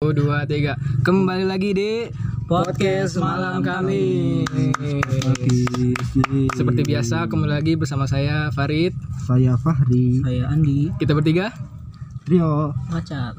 2, 3. Kembali lagi di podcast malam kami. Seperti biasa kembali lagi bersama saya Farid, saya Fahri, saya Andi. kita bertiga trio. Ngacak.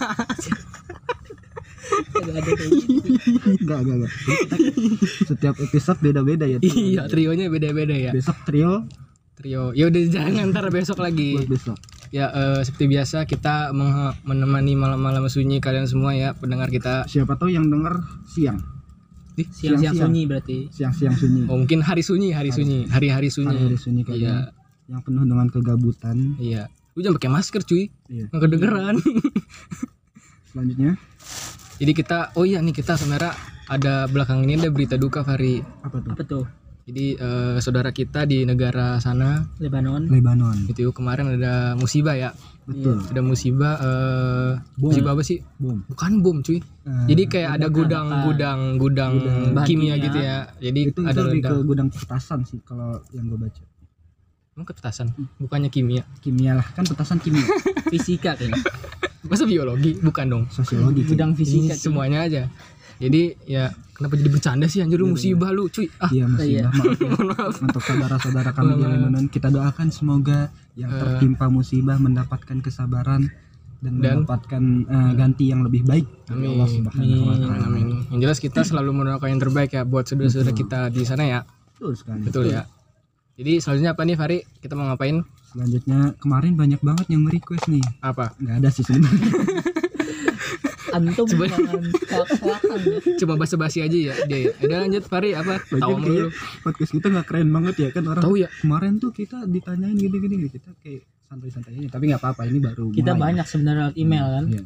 Enggak. Setiap episode beda-beda ya. Iya, trionya beda-beda ya. Besok trio, Ya udah jangan, ntar besok lagi. buat besok. Ya seperti biasa kita menemani malam-malam sunyi kalian semua ya, pendengar kita. Siapa tahu yang denger siang. Siang-siang sunyi berarti. Siang-siang sunyi. Oh mungkin hari sunyi, hari-hari sunyi. Hari-hari sunyi kalian. Iya. Yang penuh dengan kegabutan. Iya. Lu jangan pakai masker cuy. Iya. Nggak kedengeran. Selanjutnya Jadi kita, kita sebenarnya ada belakang ini ada berita duka Fahri. apa tuh? Apa tuh? Jadi saudara kita di negara sana Lebanon. itu kemarin ada musibah ya. Betul. Ada musibah Bom. musibah apa sih? Bom. Bukan bom cuy. Jadi kayak ada gudang bahan kimia kimia. gitu ya. Jadi Itu ada lebih ke ledak. gudang petasan sih kalau yang gue baca. Emang ke petasan, bukannya kimia. Kimia lah, kan petasan kimia. Fisika kayaknya. Masa biologi? Bukan dong. Sosiologi. Gudang Ini fisika. semuanya aja. Jadi ya kenapa jadi bercanda sih anjir, lu musibah lu cuy. Iya musibah. Maaf ya. Maaf. Untuk saudara-saudara kami di Lebanon, kita doakan semoga yang tertimpa musibah mendapatkan kesabaran dan mendapatkan ganti yang lebih baik dari Allah Subhanahu wa taala. Amin. Yang jelas kita selalu mendoakan yang terbaik ya buat saudara-saudara kita di sana ya. Betul sekali. Betul ya. Jadi selanjutnya apa nih Fahri? Kita mau ngapain? Selanjutnya kemarin banyak banget yang request nih. Apa? Nggak ada sih sebenarnya. Antum jangan kelak-kelakan ya. Coba basa-basi aja ya dia ya. Udah lanjut Fahri, apa? Tahu Lagian mulu lu. kayak podcast kita nggak keren banget ya kan orang. Tahu ya. Kemarin tuh kita ditanyain gini-gini, kita kayak santai-santai aja. Tapi nggak apa-apa, ini baru. Kita mulai. banyak sebenarnya lewat email kan. Iya.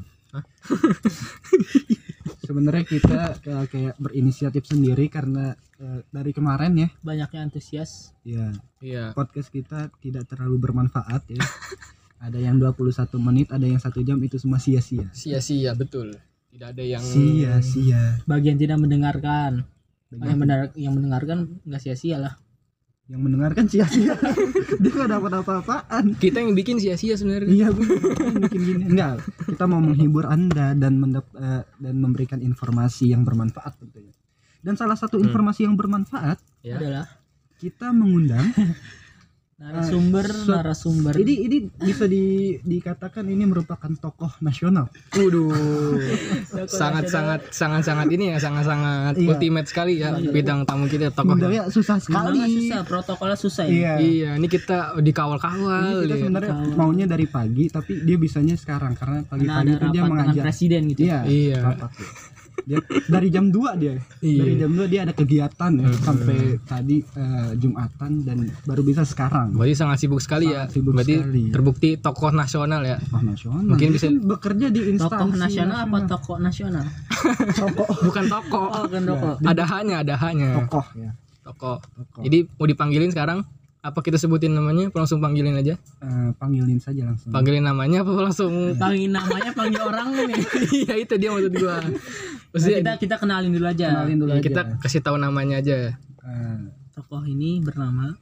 Sebenarnya kita kayak berinisiatif sendiri karena dari kemarin ya. Banyaknya antusias. Ya. Iya. Podcast kita tidak terlalu bermanfaat ya. Ada yang 21 menit, ada yang 1 jam, itu semua sia-sia. Sia-sia betul. Tidak ada yang Sia-sia. Bagian tidak mendengarkan. Yang mendengarkan nggak sia-sia lah. Yang mendengarkan sia-sia. Dia nggak dapat apa-apaan. kita yang bikin sia-sia sebenarnya. Iya benar. Bikin gini. Enggak. Kita mau menghibur Anda dan memberikan informasi yang bermanfaat tentunya. Dan salah satu informasi yang bermanfaat Ya. Adalah kita mengundang narasumber. ini bisa dikatakan ini merupakan tokoh nasional. Waduh. sangat ini ya, sangat Iya. ultimate sekali ya bidang tamu kita tokoh. Ya, susah Memangnya sekali. susah, protokolnya susah ya. Iya, ini kita dikawal-kawal Ini kita ya. sebenarnya maunya dari pagi, tapi dia bisanya sekarang karena Karena pagi-pagi ada itu dia rapat dengan mengajar. presiden gitu. Iya. Iya. Rapat ya. Dia dari jam 2 dia. Iya. Dari jam 2 dia ada kegiatan ya sampai tadi Jumatan dan baru bisa sekarang. Berarti sangat sibuk sekali ya. Sangat sibuk Berarti sekali. terbukti tokoh nasional ya. Tokoh nasional. Mungkin Dia bisa kan bekerja di instansi Tokoh nasional apa tokoh nasional? Tokoh. Bukan tokoh. Oh, kan tokoh. Ada hanya. Tokoh ya. Tokoh. Tokoh. Jadi mau dipanggilin sekarang? Apa kita sebutin namanya? Apa langsung panggilin aja? Panggilin saja langsung. Panggilin namanya apa langsung? Panggil namanya, panggil orang nih. Iya itu dia maksud gua. Nah, Maksudnya kita kenalin dulu aja. Kenalin dulu ya, aja. kita kasih tahu namanya aja. Tokoh ini bernama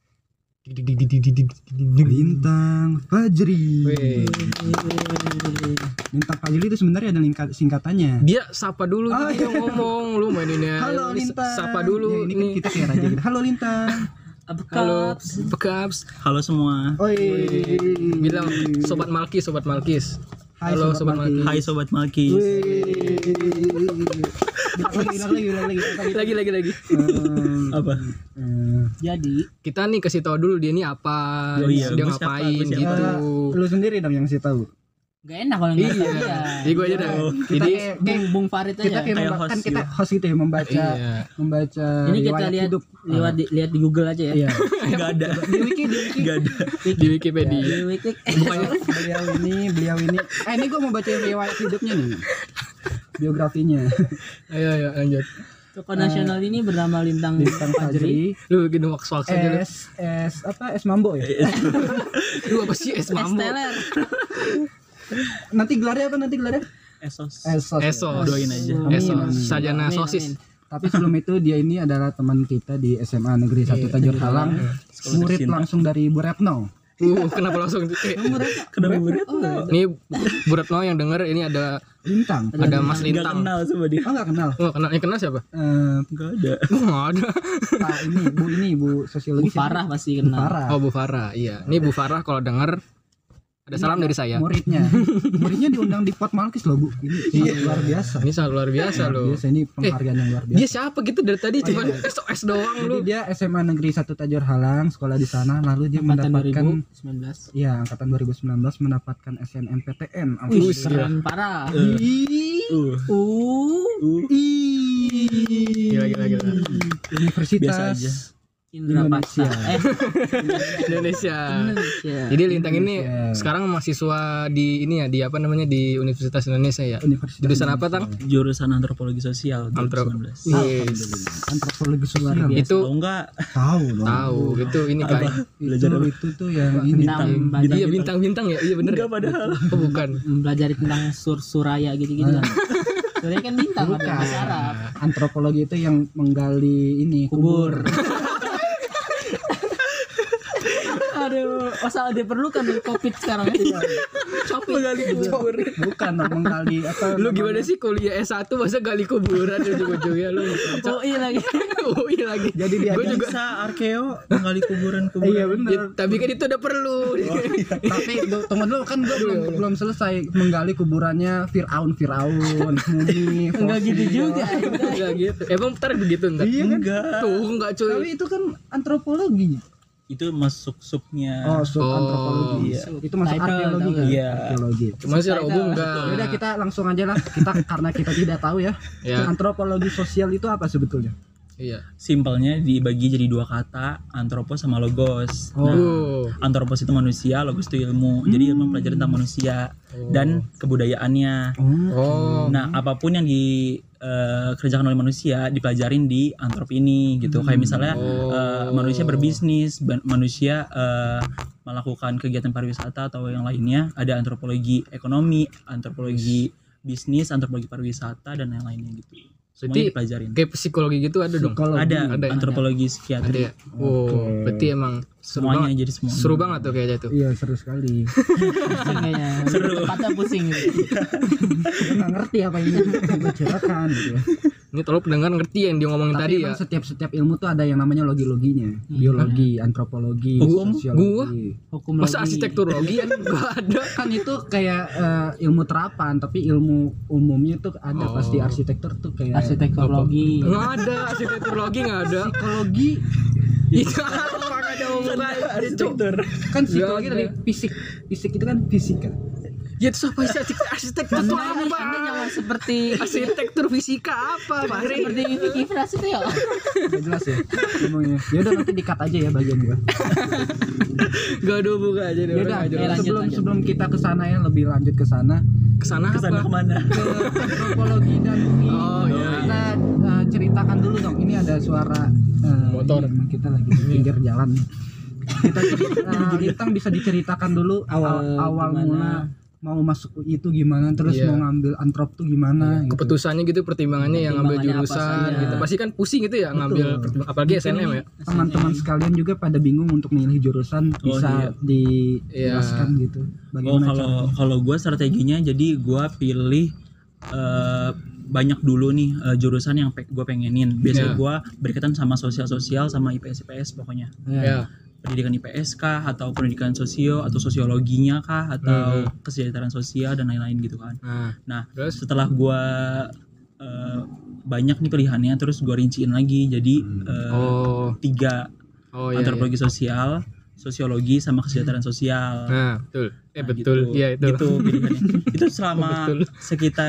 Lintang Fajri. Weh. Lintang Fajri itu sebenarnya ada singkatannya. Dia sapa dulu Oh, dia ngomong, lu mainin ya. Halo Lintang. Sapa dulu Ya, ini kan kita kayak raja gitu. Halo Lintang. Halo, Abekaps. Pekaps. Halo semua. Oi. Bilang sobat Malkis. Hai, Halo Sobat sobat Malkis. Malkis. Hai sobat Malkis. Lagi. Apa? Jadi Kita nih kasih tahu dulu dia ini apa, Oh iya, dia gua siapa, ngapain gua siapa. gitu. Lu sendiri dong yang sih tahu. gak enak kalau nggak tahu Iya. ya. Jadi gue aja dah. Kita Jadi kayak Bung Farid kita aja. kayak Kayak kan host kita gitu. host gitu ya membaca iya. Ini kita riwayat lihat hidup. lihat di Google aja ya. Iya. Enggak ada. Di wiki Enggak ada. Di Wikipedia. Di wiki. Bukannya beliau ini. Ini gue mau baca riwayat hidupnya nih. Biografinya. ayo lanjut. Tokoh nasional ini bernama Lintang Fajri. Lu gini wax aja lu. Es Mambo ya. Lu apa sih es mambo? Esteller. Nanti gelarnya apa Esos. Esos. Doain aja. Esos. Sajana Amin, sosis. Tapi sebelum itu dia ini adalah teman kita di SMA Negeri 1 Tajur Halang. Murid langsung dari Bu Retno. Kenapa langsung Kenapa berat? Nih Bu Retno yang denger ini ada Lintang. ada Mas Enggak Lintang. kenal sama dia. Oh nggak kenal. Oh, kenal siapa? Enggak ada. Enggak ada. Pak Bu sosiologi. Bu Farah pasti Bu kenal. Farah. Oh, Bu Farah. Iya. Ini Bu Farah kalau denger ada salam dari saya. Muridnya diundang di Pot Malkis loh Bu. Ini sangat luar biasa. Ini sangat luar biasa loh. Biasa ini penghargaan yang luar biasa. Dia siapa gitu dari tadi cuma SOS doang Jadi lu. dia SMA Negeri 1 Tajur Halang, sekolah di sana, lalu dia Angkatan mendapatkan 2019. ya angkatan 2019 mendapatkan SNMPTN. Wih, Wih, keren parah. Gila. Universitas Biasa aja. Indra Paksa. Indonesia. Indonesia. Jadi Lintang ini Indonesia. sekarang mahasiswa di ini ya, di apa namanya, di Universitas Indonesia ya. Universitas Jurusan apa, Tang? Jurusan antropologi sosial 2019. Alhamdulillah. Antropologi sosial. Luar biasa. Itu Tahu enggak? Tahu dong. tahu, itu ini kan. Belajar apa? Itu tuh yang ini. Iya, bintang-bintang ya. Iya bener. Enggak padahal. Oh, bukan. Mempelajari tentang Suraya gitu-gitu kan. Suraya kan bintang ada bahasa Arab. Antropologi itu yang menggali ini kubur. Aduh, salah diperlukan nih Covid sekarang. Shopping Menggali kubur. Bukan menggali apa? Lu gimana sih kuliah S1 masa gali kuburan ujung-ujungnya lu? Oh iya lagi. Oh iya lagi. Jadi dia Gua juga Bisa arkeo menggali kuburan-kuburan. Iya benar. ya, tapi kan itu udah perlu. Tapi tunggu dulu kan gue belum selesai menggali kuburannya Fir'aun mumi. Enggak gitu juga. Enggak gitu. Emang ntar begitu ntar? Iya kan? Enggak. Tuh enggak cuy. Tapi itu kan antropologi. Itu masuk subnya. Sub antropologi. iya. Itu masuk Title, arkeologi kan? Iya. Arkeologi. Cuma secara umum enggak. Udah kita langsung aja lah. Karena kita tidak tahu ya. Ya. Antropologi sosial itu apa sebetulnya? Iya. Simpelnya dibagi jadi dua kata, antropos sama logos. Nah, Oh. antropos itu manusia, logos itu ilmu. Jadi ilmu mempelajari tentang manusia dan kebudayaannya. Oh. Nah, apapun yang dikerjakan oleh manusia dipelajarin di antrop ini gitu. Kayak misalnya manusia berbisnis, manusia melakukan kegiatan pariwisata atau yang lainnya, ada antropologi ekonomi, antropologi bisnis, antropologi pariwisata dan yang lainnya gitu. Semuanya Berarti dipelajarin. kayak psikologi gitu ada dong. Psikologi. Ada antropologi Ada psikiatri. ya. Oh, berarti emang seru Semuanya banget. jadi semua. Seru banget tuh kayaknya tuh. Iya seru sekali. Pusing kayaknya. Seru. Tepatnya pusing gitu. Gue nggak ngerti apa ini bicarakan gitu ya. Ini tolong pendengar ngerti yang dia ngomongin Tapi tadi emang ya. setiap ilmu tuh ada yang namanya loginya, biologi, antropologi, Hukum? sosiologi. Hukum Masa lagi. arsitekturologi kan enggak ada. Kan itu kayak ilmu terapan, tapi ilmu umumnya tuh ada pasti arsitektur tuh kayak Arsitekturologi. Enggak ada, arsitekturologi enggak ada. psikologi. Itu apa enggak ada omongan arsitektur. Kan psikologi Nggak dari ada. fisik itu kan fisika. Ya itu apa sih arsitektur itu Anda apa? jangan seperti Arsitektur fisika apa, Fahri? seperti Vicky Prasetyo. Gak jelas ya ngomongnya. Ya udah nanti di-cut aja ya bagian gua. Gak ada buka aja deh. Ya udah lanjut. sebelum kita ke sana ya, lebih lanjut ke sana. Kesana Kesana apa? kemana? Ke antropologi dan UI. Oh, iya. Kita ceritakan dulu dong. Ini ada suara Motor. ini emang kita lagi di pinggir jalan. Kita Lintang bisa diceritakan dulu awal gimana? mula mau masuk UI itu gimana, terus Iya. mau ngambil antrop tuh gimana gitu. Keputusannya gitu, pertimbangannya yang ngambil Pertimbangannya apa jurusan saja. gitu. Pasti kan pusing gitu ya ngambil apalagi SNM ya. Teman-teman sekalian juga pada bingung untuk milih jurusan, bisa dijelaskan gitu. Bagaimana Kalau gue strateginya, jadi gue pilih banyak dulu nih jurusan yang gue pengenin. Biasanya Iya. gue berkaitan sama sosial sama IPS pokoknya. Ya. Pendidikan IPS kah, atau pendidikan sosio atau sosiologinya kah, atau kesejahteraan sosial dan lain-lain gitu kan. Nah, Terus? setelah gue banyak nih pilihannya, terus gue rinciin lagi jadi 3 Oh iya. antropologi sosial, sosiologi sama kesejahteraan sosial. Nah, betul. Nah, Betul. gitu. Iya itu. Gitu pilihannya. Itu selama Betul. sekitar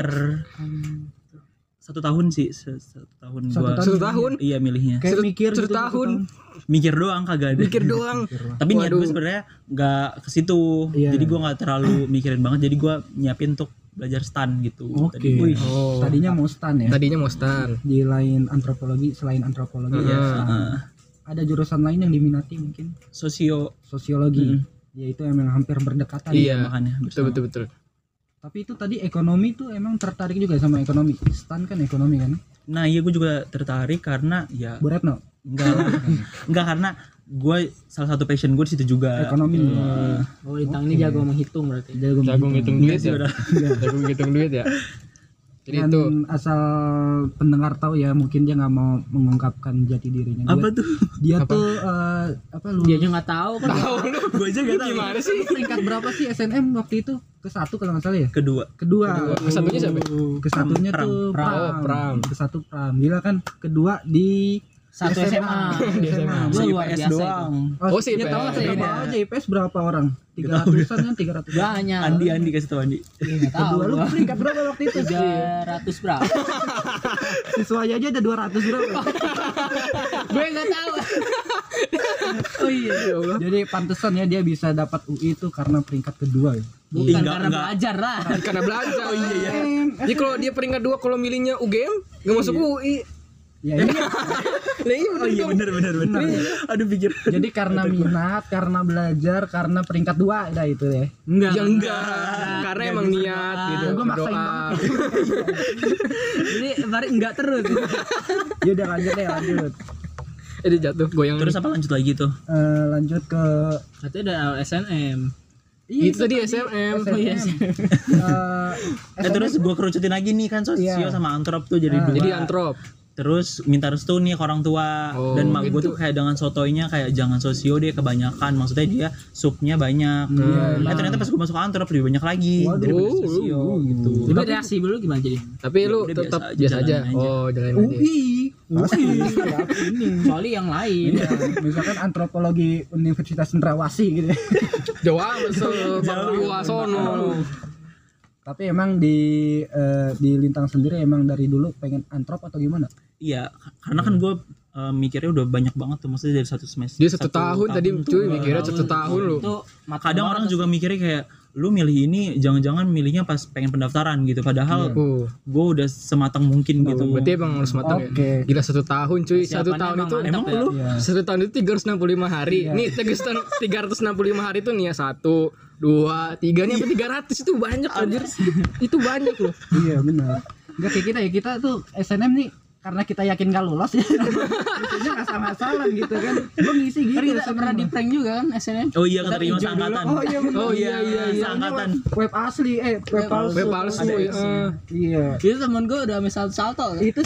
1 tahun sih, 1 tahun gua. 1 tahun. Iya milihnya. kayak mikir Satu gitu, tahun. Mikir doang kagak ada. Mikir doang. Tapi niat gue Waduh. sebenarnya nggak ke situ. Iya. Jadi gue nggak terlalu mikirin banget. Jadi gue nyiapin untuk belajar stan gitu. Oke. Tadi gue- Oh. Tadinya mau stan ya. Tadinya mau stan. Di lain antropologi, selain antropologi Iya, ya, stan. Ada jurusan lain yang diminati mungkin sosio. sosiologi. Yaitu emang hampir berdekatan. Iya. Makanya Betul betul. Tapi itu tadi ekonomi tuh emang tertarik juga sama ekonomi. Stan kan ekonomi kan. Nah iya gue juga tertarik karena ya Bu Retno. enggak lah. Enggak karena gue salah satu passion gue di situ juga. Ekonomi. Oh, Lintang ini jago menghitung berarti. Jago ngitung duit ya. Jago ngitung duit ya. Jadi Dan itu asal pendengar tahu ya, mungkin dia nggak mau mengungkapkan jati dirinya. Apa tuh? Dia tuh Dia aja nggak tahu kan. Gue aja gak tahu. gimana sih? peringkat berapa sih SNM waktu itu? Ke-1 kalau nggak salah ya? Kedua. Kesatunya siapa? Kesatunya tuh Pram. Pram. Oh, Pram. Ke-1 Pram. Gila kan, kedua di Satu SMA. Di SMA. Gue luar IPS biasa doang. Oh, sih, ya IPS. tahu lah, Beda. berapa aja IPS berapa orang? 300-an kan, 300. Banyak. Andi kasih tau Andi. Nggak tahu. Kedua lu peringkat berapa waktu itu? 300 berapa? Siswanya aja ada 200 berapa? Gue nggak tahu. Oh iya. Jadi pantesan ya dia bisa dapat UI itu karena peringkat kedua ya. Bukan Enggak, karena enggak. belajar lah. Karena belajar. Oh iya. Jadi kalau dia peringkat 2 kalau milihnya UGM nggak masuk UI. Ya, iya. Lah iya Oh iya benar. Aduh pikir. Jadi karena minat, karena belajar, karena peringkat 2 dah itu ya. Enggak. Ya enggak. Karena emang niat gitu. Gua maksain Doa. banget. Jadi bari enggak terus. Ya udah lanjut deh, lanjut. Dia jatuh goyang. Terus apa lanjut lagi tuh? Lanjut ke Katanya ada SNM. Itu tadi SMM. Oh iya. Terus gue kerucutin lagi nih kan sosio Iya. sama antrop tuh jadi dua. Jadi antrop. Terus minta restu nih ke orang tua. Oh, Dan mak gue gitu. tuh kayak dengan sotoinya kayak jangan sosio deh kebanyakan. Maksudnya dia supnya banyak. Ternyata pas gue masuk antrop lebih banyak lagi daripada sosio gitu. Jadi reaksi dulu gimana jadi? Tapi lu udah tetap biasa aja, biasa aja. jalanin aja. Oh, jalanin aja. UI. Ini. Kecuali yang lain. Iya, misalkan antropologi Universitas Cendrawasih gitu. Jauh amat Papua sono. Tapi emang di Lintang sendiri emang dari dulu pengen antrop atau gimana? Iya, karena kan gue mikirnya udah banyak banget tuh, maksudnya dari satu semester. Dia 1 tahun tadi tuh, cuy mikirnya 1 tahun lu. Itu Kadang orang juga mikirnya kayak lu milih ini jangan-jangan milihnya pas pengen pendaftaran gitu, padahal gue udah sematang mungkin gitu. Berarti emang harus matang Oke. ya. Gila 1 tahun cuy. 1 Persiapannya tahun emang itu mantap Emang ya. lu Iya. 1 tahun itu 365 hari. Nih 365 hari itu nih ya 1, 2, 3 nih apa 300 itu banyak anjir. Itu banyak loh. Iya benar. Enggak kayak kita ya, kita tuh SNM nih karena kita yakin gak lolos ya. Maksudnya ngasal-ngasalan gitu kan. Gue ngisi gitu. Kan kita pernah di prank juga kan SNM. Oh iya, Kita keterima hijau dulu. seangkatan. Oh iya benar. Oh iya. Seangkatan. Web asli, web palsu. Web palsu. Iya. Itu temen gue udah ambil salto. Itu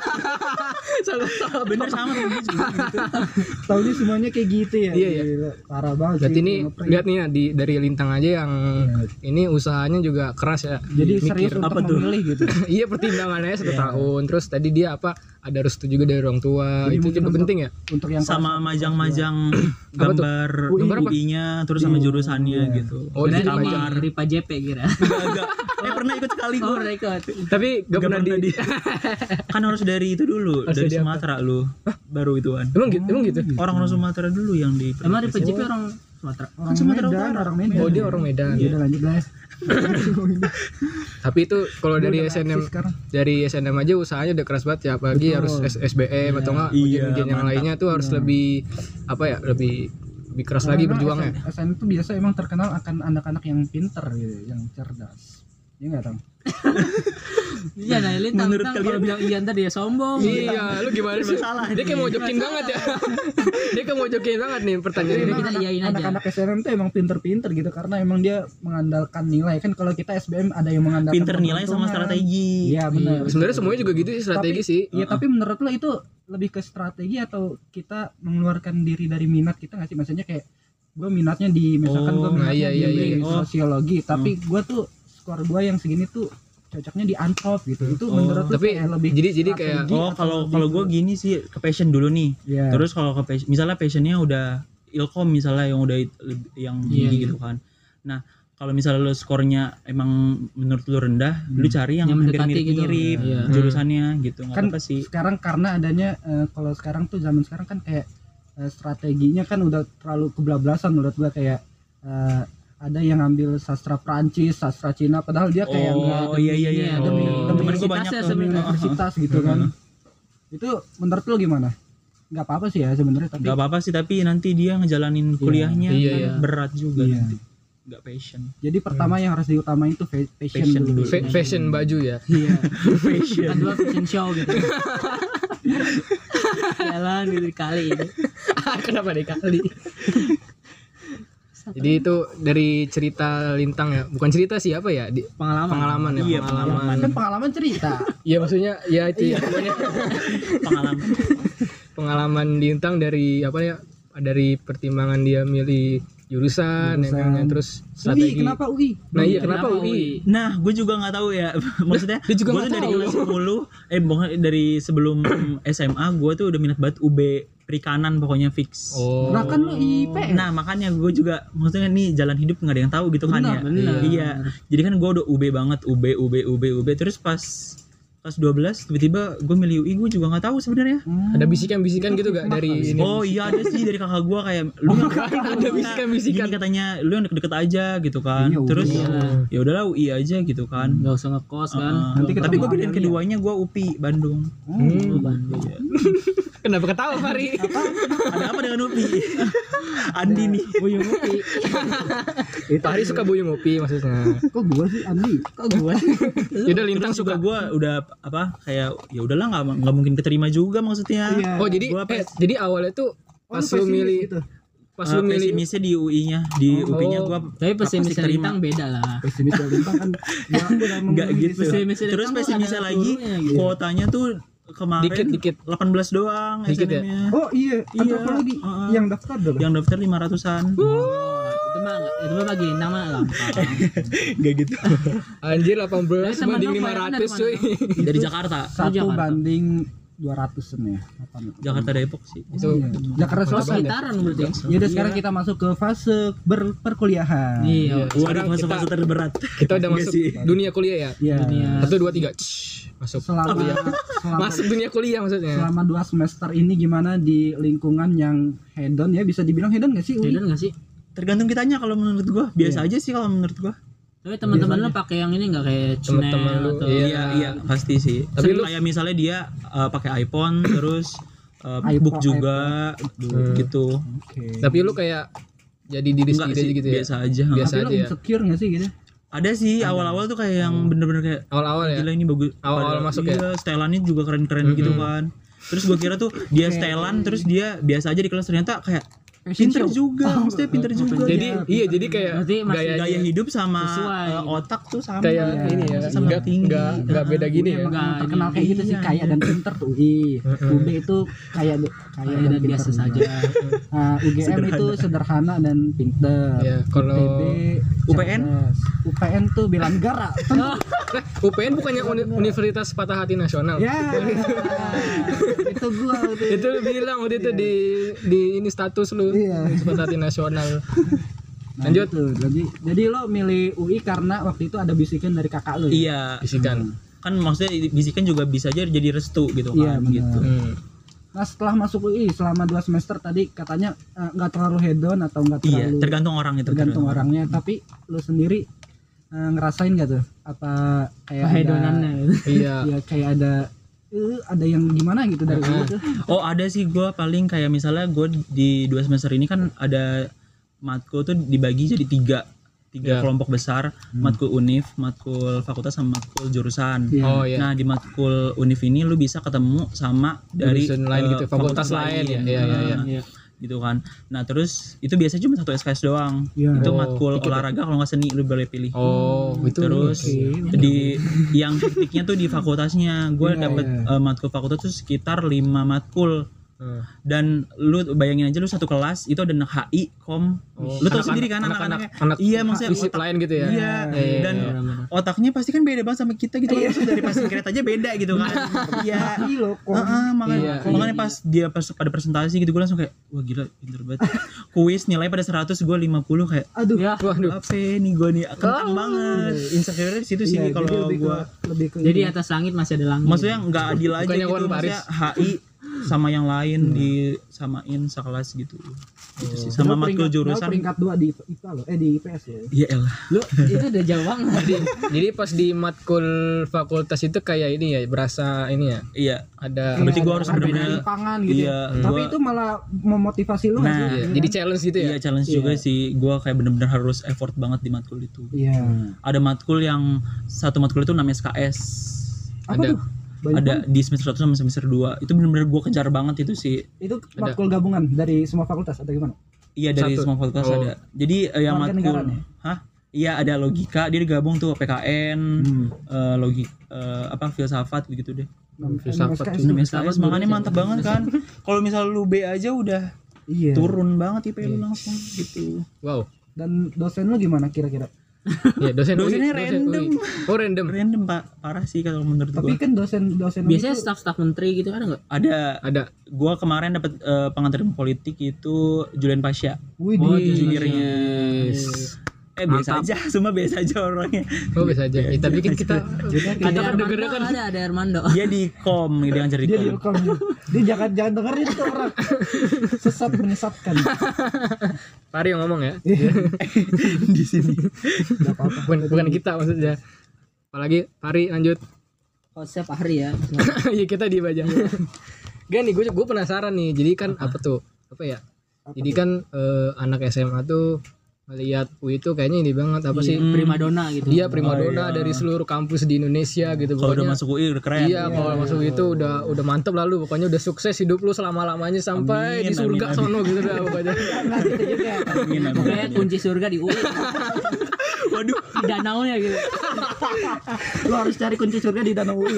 Bener sama temen gue juga gitu. tahunya semuanya kayak gitu ya. Iya, iya. Gila, parah banget. Berarti sih ini ngeprank. lihat nih ya dari Lintang aja yang ini usahanya juga keras ya. Jadi serius untuk apa tuh? memilih gitu. Iya pertimbangannya 1 tahun. Terus tadi dia apa? Ada restu juga dari orang tua. Jadi Itu mungkin juga untuk- penting ya. Untuk yang Sama majang-majang Apa tuh? gambar Gambar apa? UI-nya terus sama jurusannya gitu. Oh, Dari di ini kamar. dari Pak JP kira. Enggak. Pernah ikut sekali Oh, gue. udah ikut. Tapi gak pernah di. Kan harus dari itu dulu, Harus dari dari apa? Sumatera lu. Baru ituan. Emang gitu. Orang-orang Sumatera dulu yang di Emang dari Pak JP orang Sumatera. orang Sumatera Medan, Utara. orang Medan. Oh dia orang Medan. Ya udah lanjut guys. Tapi itu kalau dari Udah SNM aktif sekarang. dari SNM aja usahanya udah keras banget ya. Apalagi Betul. harus SBM atau enggak Iya, ujian-ujian yang mantap. lainnya tuh harus lebih apa ya lebih keras lagi berjuangnya. SNM itu biasa emang terkenal akan anak-anak yang pinter gitu, yang cerdas. Ya enggak tahu. Iya, nah Lintang Menurut kalau kalian- bilang iya ntar dia sombong. Iya, lu gimana sih? Masalah Dia kayak mau jokin banget ya. Dia kayak mau jokin banget nih pertanyaan ini. Jadi kita iyain aja. Anak-anak SNM tuh emang pinter-pinter gitu karena emang dia mengandalkan nilai. Kan kalau kita SBM ada yang mengandalkan pinter nilai sama keberuntungan. strategi. Iya benar. Sebenarnya semuanya juga gitu sih strategi sih. Iya, tapi menurut lo itu lebih ke strategi atau kita mengeluarkan diri dari minat kita nggak sih? Maksudnya kayak gue minatnya di misalkan gue Oh, minatnya iya, di iya. sosiologi, tapi gue tuh skor gue yang segini tuh cocoknya di antrop gitu. Itu Oh, menurut lo tapi kayak lebih jadi kayak strategi Oh, atau kalau lebih gue gini sih ke passion dulu nih. Iya. Terus kalau ke passion, misalnya passionnya udah ilkom misalnya yang udah yang tinggi Iya. gitu kan. Nah, kalau misalnya lo skornya emang menurut lo rendah, lu cari yang Yang hampir mendekati gitu. mirip-mirip Iya. jurusannya gitu. Nggak kan apa sih. sekarang karena adanya kalau sekarang tuh zaman sekarang kan kayak strateginya kan udah terlalu kebablasan menurut gua, kayak ada yang ngambil sastra Prancis, sastra Cina, padahal dia kayak nggak Oh iya iya iya. demi- Oh, demi temen gue banyak universitasnya tuh. sebenarnya. universitas gitu kan. Itu menurut lo gimana? Nggak apa-apa sih ya sebenarnya, tapi Gak apa-apa sih, tapi nanti dia ngejalanin kuliahnya Iya, kan iya. berat juga Iya. nanti. Gak passion. jadi pertama yang harus diutamain tuh passion Passion dulu. dulu. fashion baju ya. Iya. Passion. Kan dua fashion show gitu. Jalan gitu kali ini. Kenapa dikali? Jadi itu dari cerita Lintang ya, bukan cerita sih apa ya? Pengalaman ya, Iya, pengalaman. Kan pengalaman cerita. Iya maksudnya ya itu ya pokoknya Pengalaman. pengalaman Lintang dari apa ya? Dari pertimbangan dia milih jurusan. Ya kan? Terus UI, strategi. kenapa UI? Nah iya kenapa UI? Nah, gue juga nggak tahu ya. Maksudnya, Dia juga gue nggak tuh dari tahu. kelas 10, bukan dari sebelum SMA, gue tuh udah minat banget UB perikanan pokoknya fix. Oh. Nah kan lu IPS. Nah makanya gue juga maksudnya nih jalan hidup nggak ada yang tahu gitu kan ya. bener. Iya. Jadi kan gue udah UB banget, UB. Terus pas kelas 12 tiba-tiba gue milih UI, gue juga nggak tahu sebenarnya. Ada bisikan-bisikan gitu gak dari ini? Oh iya ada sih dari kakak gue kayak lu yang Ada bisikan-bisikan. gini katanya lu yang deket-deket aja gitu kan. Iya, Terus iya. ya udahlah UI aja gitu kan. Nggak usah ngekos kan. Nanti Tapi ketemu gue pilihan Amalia. keduanya gue UPI Bandung. Oh, Bandung. Kenapa ketawa Fari? Ada apa dengan UPI? Andi nih. Buyung Upi. Fari suka buyung ngopi maksudnya. Kok gua sih Andi? Kok gua? Yaudah Lintang Terus juga suka. gue udah apa kayak ya udahlah nggak mungkin keterima juga maksudnya. Iya. Oh jadi Gua jadi awalnya tuh pas lu milih gitu. pas lu milih pesimisnya di UI-nya, di UPI-nya gue Tapi pesimis Lintang beda lah. Pesimis dari Lintang kan gua udah nggak memilih gitu. Pesimis Terus Lintang pesimisnya ada lagi turunnya gitu. kuotanya tuh kemarin Dikit. 18 doang Dikit ya? SNM-nya. Oh iya, antropologi yang daftar berapa? Yang daftar 500-an. Itu mah bagi Lintang mah gampang. Gak gitu. anjir Tapi 18 teman banding lo bayarnya 500 cuy. Dari Jakarta. Satu Jakarta. banding 200-an ya. Apa nih? Jakarta Depok sih. Itu Iya. Jakarta Oh, Selatan. sekitaran berarti. Yaudah sekarang kita masuk ke fase perkuliahan. Iya. Sekarang Waduh, masa-masa terberat. Kita udah Enggak masuk sih. dunia kuliah ya. Iya. Dunia. 1 2 3. Masuk. Masuk dunia kuliah maksudnya. Selama 2 semester ini gimana di lingkungan yang hedon ya, bisa dibilang hedon gak sih? Ui? Hedon nggak sih? Tergantung kitanya kalau menurut gua. Biasa aja sih kalau menurut gua. Tapi teman-teman lo pakai yang ini nggak kayak Chanel Teman-teman lu, atau iya. Iya, pasti sih. Tapi Tapi lu- kayak misalnya dia pakai iPhone terus MacBook juga gitu. Oke. Tapi lu kayak jadi diri Enggak sendiri sih, gitu ya. biasa aja. Biasa Tapi lo aja ya. insecure gak sih gitu? Ada sih awal-awal tuh kayak yang bener-bener kayak Awal-awal ya. gila ini bagus. Awal-awal Padahal masuk iya, setelannya juga keren-keren gitu kan. Terus gua kira tuh dia setelan terus dia biasa aja di kelas, ternyata kayak pinter juga, maksudnya pinter juga. Jadi iya jadi kayak Berarti masih Gaya hidup sama Sesuai. otak tuh sama. kayak ini ya. Sama tinggi. Enggak beda gini ya. Emang terkenal kayak gitu sih, Iya. kaya dan pinter tuh. UB itu kaya kayak dan dan biasa pinter. saja. Nah, UGM itu sederhana dan pinter. Iya, kalau- ITB UPN? cerdas. UPN tuh bela negara. UPN bukannya Universitas Patah Hati Nasional. Ya, itu gua waktu Itu lu bilang waktu itu di ini status lu. Iya. Patah Hati Nasional. Nah, Lanjut. gitu. Jadi lo milih UI karena waktu itu ada bisikan dari kakak lo. Iya. Bisikan. Kan maksudnya bisikan juga bisa aja jadi restu gitu Iya, kan benar. gitu. Nah, setelah masuk UI selama 2 semester tadi katanya nggak terlalu hedon atau nggak Iya, terlalu tergantung orang itu. tergantung orangnya. Tapi lo sendiri ngerasain gak tuh apa kayak Hedonannya gitu. Iya. ya kayak ada yang gimana gitu dari itu. Oh, ada sih gua paling kayak misalnya gua di 2 semester ini kan ada matkul tuh dibagi jadi tiga Iya. kelompok besar, matkul univ, matkul fakultas sama matkul jurusan. Iya. Oh iya. Nah, di matkul univ ini lu bisa ketemu sama dari Jurusan lain gitu, fakultas lain ya. Iya, iya, iya. Gitu kan. Nah, terus itu biasanya cuma 1 SKS doang. Iya. Itu Oh, matkul olahraga kalau nggak seni lu boleh pilih. Oh, itu Terus Oke. di yang hektiknya tuh di fakultasnya. Gue Iya, dapet matkul fakultas tuh sekitar 5 matkul. Dan lu bayangin aja lu satu kelas itu ada anak HI, kom. Lu tau sendiri kan anak-anaknya. anak Iya, maksudnya fisip lain gitu ya. Iya, dan otaknya pasti kan beda banget sama kita gitu. Maksudnya dari passing grade aja beda gitu kan. Iya. Iya loh, kok. Makanya pas dia pada presentasi gitu gue langsung kayak wah gila pinter banget. Kuis nilai pada 100 gue 50 kayak Aduh. Ya. Waduh. apa nih gue nih kentang banget. Insecure di situ sih Iya, jadi kalau lebih gue. lebih ke Jadi atas langit masih ada langit. Maksudnya nggak adil aja Bukannya gitu, Wan Paris. maksudnya HI sama yang lain disamain sekelas gitu. Gitu sih. Sama matkul jurusan. peringkat 2 di IPA loh, di IPS ya. Iya elah. lu itu udah jauh banget. Jadi pas di matkul fakultas itu kayak ini ya, berasa ini ya. Iya. Ada Berarti gue harus Ada bener-bener. penyimpangan gitu. Iya, Tapi gua- itu malah memotivasi lu nggak Nah, sih? iya, Iya jadi kan? challenge gitu ya. Iya challenge juga sih. Gue kayak bener-bener harus effort banget di matkul itu. Iya. Ada matkul yang satu matkul itu namanya SKS. Apa Ada. tuh? ada di semester 1 sama semester 2. Itu benar-benar gue kejar banget itu sih. Itu matkul gabungan dari semua fakultas atau gimana? Iya dari Satu. semua fakultas Oh. ada. Jadi yang Warga negara matkul nih? Hah? Iya ada logika, dia digabung tuh PKN, filsafat begitu deh. Filsafat. MSKS. 6 SKS makanya mantap banget kan. Kalau misal lu B aja udah Iya. turun banget IP lu langsung gitu. Wow. Dan dosen lu gimana kira-kira? Ya Dosennya dosen random. UI. Oh random. Random Pak, parah sih kalau menurut Tapi gua. kan dosen Biasanya itu staf-staf menteri gitu ada nggak? Ada gua kemarin dapat pengantar politik itu Julian Pasha. wih Oh, di juniornya. Biasa Mantap. aja, semua biasa aja orangnya. Oh bisa aja. Ya, tapi kan kita Ada kan Armando, dengernya kan ada Armando. Dia di kom, dia ngajar di dia kom. direkam. Dia jangan dengerin itu orang. Sesat menyesatkan. Pari yang ngomong ya. Di sini. Enggak apa-apa. Bukan kita maksudnya. Apalagi Pari lanjut. Konsep Ahri ya. Ya kita diem aja. Gak nih gue penasaran nih. Jadi kan apa tuh? Apa ya? Jadi kan anak SMA tuh melihat UI itu kayaknya ini banget apa sih? Primadona gitu. Dia primadona iya. dari seluruh kampus di Indonesia gitu. Kalau udah Pokoknya masuk UI udah keren. iya, kalau masuk itu udah mantep lalu pokoknya udah sukses hidup lu selama-lamanya sampai Amin, di surga amin, sono gitu dah pokoknya. Amin, amin. Pokoknya kunci surga di UI. Waduh. Di danaunya gitu. Lu harus cari kunci surga di Danau UI.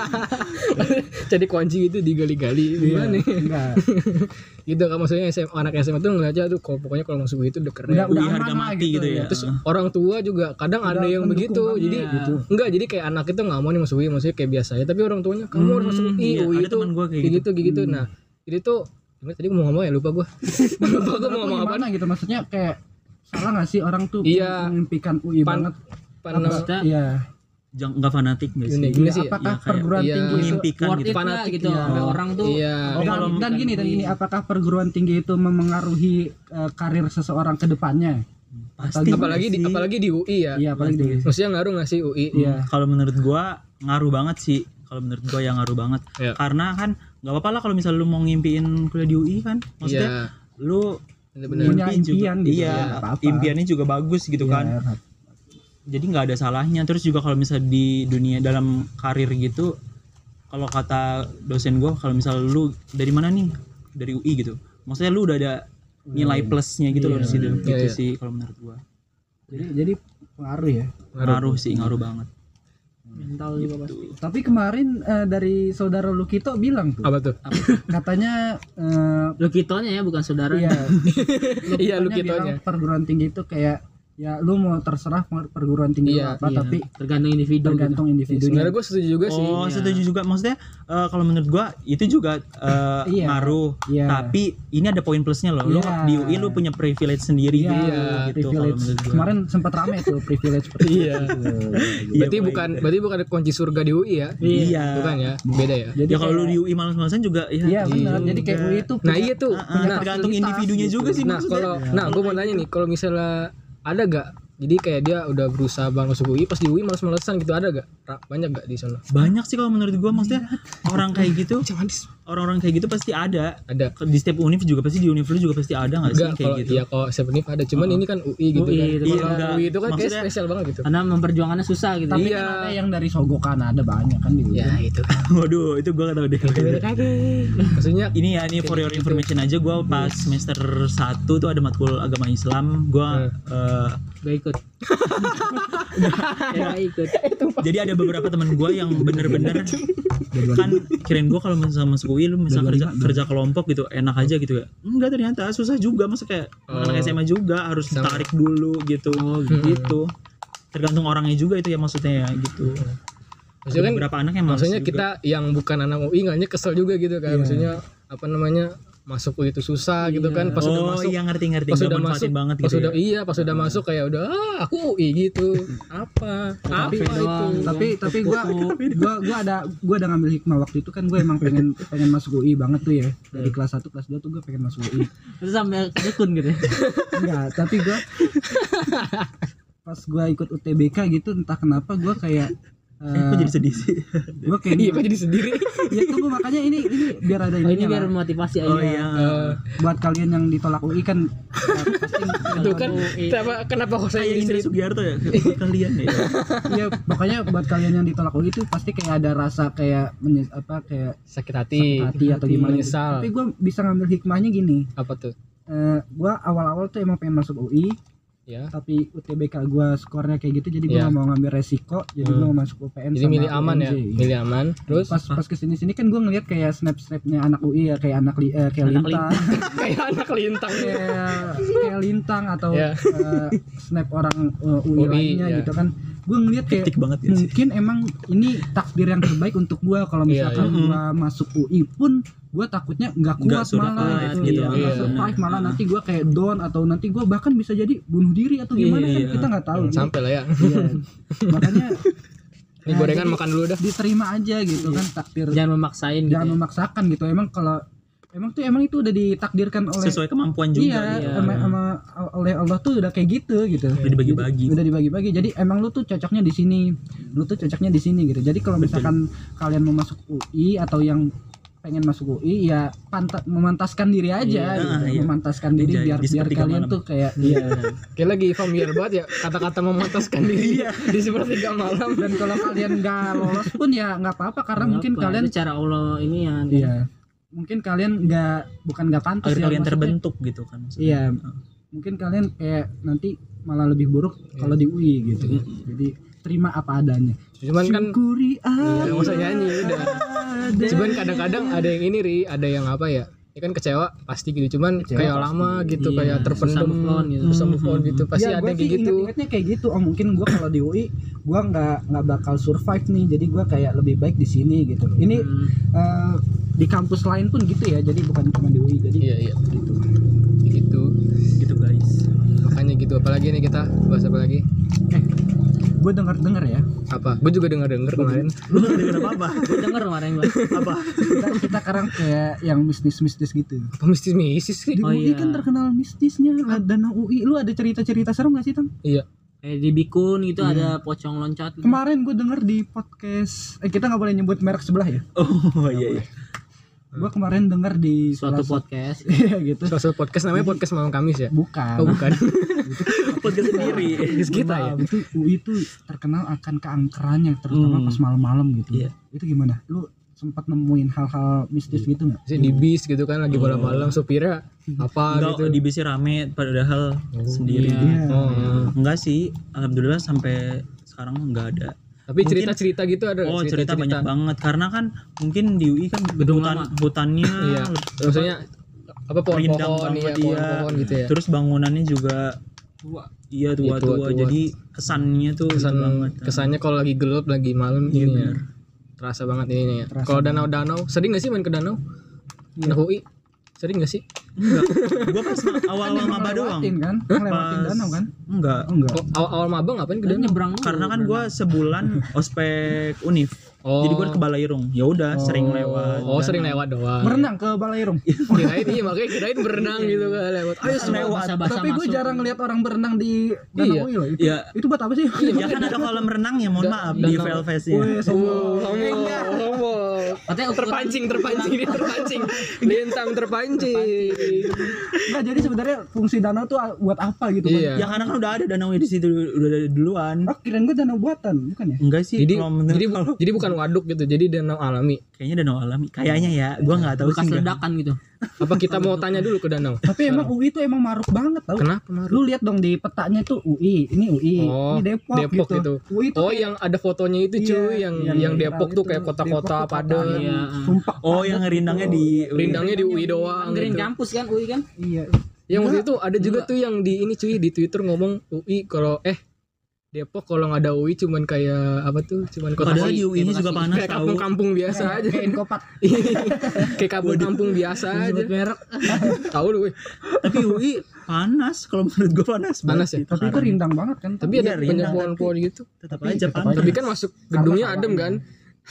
Jadi kunci itu digali-gali gimana nih? Enggak. Gitu kan maksudnya anak SMA tuh ngeliatnya tuh pokoknya kalau masuk itu udah keren. Udah UI aman harga lah mati gitu ya. Terus orang tua juga kadang ada yang mendukung begitu. banget. Jadi Gitu. enggak jadi kayak anak itu nggak mau nih masuk UI maksudnya kayak biasa ya. Tapi orang tuanya kamu harus masuk UI. iya, UI ada itu teman gua kayak gitu gitu. Nah, ini tuh gimana tadi gua mau ngomong ya lupa gua. Lupa gua mau ngomong apa. Gimana gitu maksudnya kayak salah nggak sih orang tuh Iya. mengimpikan UI banget? Maksudnya Iya. Jangan enggak fanatik guys. Gini sih. Apakah Iya, kayak perguruan iya. tinggi itu Mengimpikan worth gitu. it nggak Fanatik, gitu. iya. Sampai orang tuh Iya. Oh, kalau dan gini, apakah perguruan tinggi itu memengaruhi karir seseorang ke depannya? Pasti Apalagi di UI ya. Iya, apalagi di Maksudnya ngaruh nggak sih UI? Iya. Kalau menurut gua ngaruh banget sih. Kalau menurut gua yang ngaruh banget. Iya. Karena kan nggak apa-apa lah kalau misal lu mau ngimpiin kuliah di UI kan. Maksudnya lu Bener-bener. Punya ngimpiin juga. impian gitu, Iya, ya, nggak apa-apa. impiannya juga bagus gitu kan. Iya. Jadi nggak ada salahnya. Terus juga kalau misal di dunia dalam karir gitu, kalau kata dosen gua kalau misal lu dari mana nih, dari UI gitu, maksudnya lu udah ada nilai plusnya gitu loh di situ. Gitu Iya. sih kalau menurut gua. Jadi pengaruh ya. Ngaruh sih, ngaruh banget. mental juga pasti. Tapi kemarin dari saudara Lukito bilang tuh Apa tuh? katanya Lukitonya ya bukan saudara. iya Iya, Lukitonya Lukitonya. bilang perguruan tinggi itu kayak ya lu mau terserah perguruan tinggi Iya, lu apa tapi Tergantung individu. tergantung individunya. Sebenarnya gue setuju juga sih. Oh, setuju juga. Maksudnya kalau menurut gua itu juga Iya. ngaruh. Iya. Tapi ini ada poin plusnya loh. Lu Iya. di UI lu punya privilege sendiri Iya, gitu. Gitu kalau privilege. menurut gua. Kemarin sempat rame tuh privilege seperti Iya. Iya, Berarti bukan kunci surga di UI ya? Iya. Bukan ya? Beda ya? Jadi Ya kalau lu kayak- di UI malas-malasan juga ya. Iya benar. gitu Jadi kayak juga. UI itu Nah iya tuh. punya Tergantung fasilitas individunya gitu. juga sih Nah maksudnya. kalau gue mau nanya nih, kalau misalnya ada gak? Jadi kayak dia udah berusaha banget masuk UI, pas di UI males-malesan gitu ada gak? Banyak gak di sana? Banyak sih kalau menurut gua, maksudnya orang kayak gitu, orang-orang kayak gitu pasti ada. Ada. Di setiap univ juga pasti, di univ lu juga pasti ada nggak sih Enggak, kayak kalau gitu. iya kalau Sevenif ada, cuman ini kan UI gitu UI, kan. itu Kalau enggak. UI itu kan kayak Maksudnya- spesial banget gitu. Karena memperjuangannya susah gitu. Tapi Iya. kan ada yang dari Sogokan ada banyak kan di UI. Ya itu. Waduh, itu gua gak tahu deh. Maksudnya Ini ya, ini for your information aja, gua pas semester 1 tuh ada matkul agama Islam, gua Gak ikut. Gak ikut. jadi ada beberapa teman gua yang bener-bener kan kirain gua kalau misalnya masuk UI lu misal kerja kelompok gitu enak aja gitu ya. Enggak, ternyata susah juga, masa kayak anak SMA juga harus tarik dulu gitu. Gitu. Tergantung orangnya juga itu ya, maksudnya ya gitu. maksudnya kan Beberapa anak yang malas maksudnya juga. kita yang bukan anak UI nggaknya kesel juga gitu kan. Maksudnya apa namanya? Masuk UI itu susah gitu kan. Pas udah masuk iya ngerti pas nggak udah masuk manfaatin banget pas gitu udah ya. iya pas udah masuk kayak udah aku UI gitu apa Tapi itu doang. tapi gua ada ngambil hikmah waktu itu kan gue emang pengen masuk UI banget tuh ya. Dari kelas 1 kelas 2 tuh gue pengen masuk UI. Terus sampai dukun gitu. Enggak, tapi gue pas gue ikut UTBK gitu entah kenapa gue kayak Kok jadi sedih sih? gue kayak Iya kok jadi sendiri. ya tunggu makanya ini biar ada Oh, ini ininya biar lah. motivasi aja. Oh iya. Buat kalian yang ditolak UI kan pasti Itu kan kenapa kok saya Kayak jadi Indra sedih? Sugiarto ya, buat kalian ya. iya pokoknya buat kalian yang ditolak UI itu pasti kayak ada rasa kayak kayak Sakit hati. sakit hati atau gimana gitu. Menyesal. Tapi gue bisa ngambil hikmahnya gini. Apa tuh? Gue awal-awal tuh emang pengen masuk UI, Ya. tapi UTBK gue skornya kayak gitu, jadi gue Ya. gak mau ngambil resiko, jadi gue mau masuk UPN. Jadi sama milih aman ya, UNJ. milih aman. Terus Pas kesini kan gue ngeliat kayak snapnya anak UI ya, kayak kayak Anak lintang, kayak anak lintang. kayak lintang atau Ya. snap orang UI lainnya ya. gitu kan. Gue ngeliat kayak Hektik banget ya sih. mungkin emang ini takdir yang terbaik untuk gue. Kalau misalkan Iya. gue masuk UI pun gue takutnya nggak Nggak kuat malah survive gitu, gitu. nggak Iya. survive malah nanti gue kayak down atau nanti gue bahkan bisa jadi bunuh diri atau gimana kan Iya. kita nggak tahu. Jadi, Sampai lah ya. iya. Makanya Ini gorengan jadi makan dulu dah. diterima aja gitu kan takdir. Jangan memaksain gitu. Jangan Ya. memaksakan gitu. Emang itu udah ditakdirkan oleh Sesuai kemampuan juga. iya, gitu. oleh Allah tuh udah kayak gitu. Udah dibagi-bagi. Udah dibagi-bagi. Jadi emang lu tuh cocoknya di sini, lu tuh cocoknya di sini gitu. Jadi kalau misalkan kalian mau masuk UI atau yang pengen masuk UI ya memantaskan diri aja gitu. iya. Memantaskan diri Enjoy biar di sepertiga kalian malam. tuh kayak iya. Kayak lagi familiar banget ya kata-kata memantaskan diri di sepertiga malam. Dan kalau kalian nggak lolos pun ya nggak apa-apa karena mungkin Apa, kalian itu cara Allah ini ya. iya. Mungkin kalian bukan nggak pantas Agar ya, kalian maksudnya. terbentuk gitu kan. maksudnya. Iya. Mungkin kalian kayak nanti malah lebih buruk kalau di UI gitu. Jadi terima apa adanya. Cuman kan Syukuri iya, nggak usah nyanyi udah. Cuman kadang-kadang ada yang ini Ri, ada yang apa ya? Ya kan kecewa pasti gitu. Cuman Kecewa kayak pasti. lama gitu, Iya, kayak terpendam susah move on gitu. susah move on gitu. Pasti ya, ada gua yang sih kayak gitu. ingat-ingatnya kayak gitu. Oh mungkin gue kalau di UI gue nggak bakal survive nih. Jadi gue kayak lebih baik di sini gitu. Ini di kampus lain pun gitu ya. Jadi bukan cuma di UI. Jadi Iya, iya. gitu. Gitu. Gitu guys. Makanya gitu. Apalagi nih kita bahas apa lagi? Gue dengar ya. Apa? Gue juga denger kemarin. Lu gak denger apa-apa? Gue denger kemarin gue. Apa? Kita sekarang kayak yang mistis gitu. Apa mistis sih? Di Oh, UI iya. kan terkenal mistisnya. Danau UI. Lu ada cerita-cerita serem gak sih Tam? Iya. Kayak di Bikun gitu ada pocong loncat. Gitu. Kemarin gue denger di podcast. Kita nggak boleh nyebut merek sebelah ya. Oh iya iya. Gue kemarin denger di Suatu salah podcast. Iya gitu. Suatu podcast namanya podcast Malam Kamis ya? Bukan. Oh bukan. Podcast sendiri. Podcast kita ya. Itu UI itu terkenal akan keangkerannya terutama pas malam-malam gitu. Iya. Itu gimana? Lu sempat nemuin hal-hal mistis gitu nggak? Sih di bis gitu kan lagi malam-malam supirnya apa Enggak, gitu. di bisnya rame padahal sendiri. Iya. Oh. Enggak sih, alhamdulillah sampai sekarang enggak ada. Tapi Mungkin- cerita-cerita gitu ada. Oh, cerita banyak banget karena kan mungkin di UI kan Gedung hutannya Iya. Maksudnya apa rindang pohon-pohon ya, banget, iya. pohon-pohon gitu ya. Terus bangunannya juga iya tua-tua. tua-tua. Jadi kesannya tuh itu Kesan banget. kesannya kalau lagi gelap lagi malam Iya, ini ya. bener. Terasa banget ini ya. Terasa Kalau danau-danau, sering gak sih main ke danau? Anak UI? Sering gak sih? Enggak. Gua pas awal-awal maba doang. Ngelewatin kan? Ngelewatin Pas- danau kan? Enggak. Oh enggak. Oh, awal maba ngapain ke Dan danau? nyebrang dulu. Karena kan gua sebulan ospek Unif. Oh. Jadi gua ke Balairung. Ya udah sering lewat. Oh, sering lewat doang. Berenang ke Balairung. Kirain iya makanya kirain berenang gitu kan lewat. Ayo Semua lewat. bahasa-bahasa Tapi gue masuk. jarang ngeliat orang berenang di danau Iya. UI loh. Iya. Itu buat apa sih? Ya kan ada kolam renang ya, mohon maaf di danau. Velvesnya. Wih, sombong. Ngomong. Katanya ukuran- Terpancing dia terpancing. Lintang terpancing. Enggak, jadi sebenarnya fungsi danau tuh buat apa gitu kan? Iya. Ya karena kan udah ada danau di situ udah ada duluan. Oh, kirain gue danau buatan, bukan ya? Enggak sih. Jadi kalau menurut kalau- jadi bukan waduk gitu. Jadi danau alami. kayaknya danau alami. Kayaknya ya, gua nggak tahu bekas sih. nggak. ledakan gitu. Apa kita mau tanya dulu ke danau? Tapi emang UI tuh emang maruk banget tau. Kenapa Maru? Lu lihat dong di petanya tuh UI, ini UI, Oh, ini Depok, Depok gitu. UI tuh Oh, kayak- yang ada fotonya itu Iya, cuy, yang Depok viral tuh itu. kayak kota-kota Depok tuh padat. kota yang Iya. sumpah Oh, padat yang gitu. rindangnya di Rindangnya di UI doang. Anggerin Gitu. kampus kan UI kan. Iya. Yang waktu itu ada juga tuh yang di ini cuy di Twitter ngomong UI kalau Depok kalau nggak ada UI cuman kayak apa tuh? Cuman kota Padahal di UI-nya Bekasi. juga panas kayak tahu. kampung-kampung biasa aja. Kayak Inkopat. Kayak kampung-kampung biasa aja. Sebut merek. Tahu lu, weh. Tapi UI panas kalau menurut gua panas. Panas banget ya? sih Tapi itu sekarang. rindang banget kan. Tapi Iya, ada banyak rindang, pohon-pohon gitu. Tetap Tapi aja tetap panas. aja. Tapi kan masuk gedungnya Karena adem kan?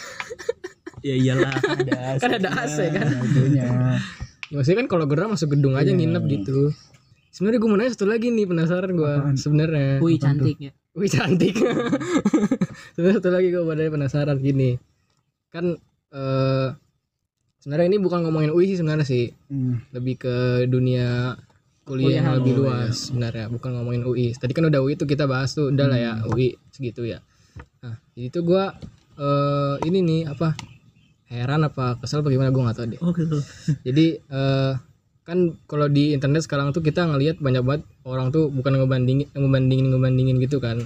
Ya iyalah ada. Kan ada AC kan? Aduhnya. Ya, maksudnya kan kalau gerah masuk gedung aja Iya. nginep gitu. Sebenarnya gue mau nanya satu lagi nih, penasaran gue Apaan? sebenarnya. UI cantik ya. Wih cantik. Terus satu lagi gue pada penasaran gini. Kan sebenarnya ini bukan ngomongin UI sih sebenarnya sih. Lebih ke dunia kuliah yang lebih luas sebenarnya, bukan ngomongin UI. Tadi kan udah UI tuh kita bahas tuh, udah lah ya UI segitu ya. Nah, jadi tuh gue ini nih apa heran apa kesel bagaimana gue nggak tahu deh. Oh gitu. Jadi kan kalau di internet sekarang tuh kita ngelihat banyak banget orang tuh bukan ngebandingin gitu kan,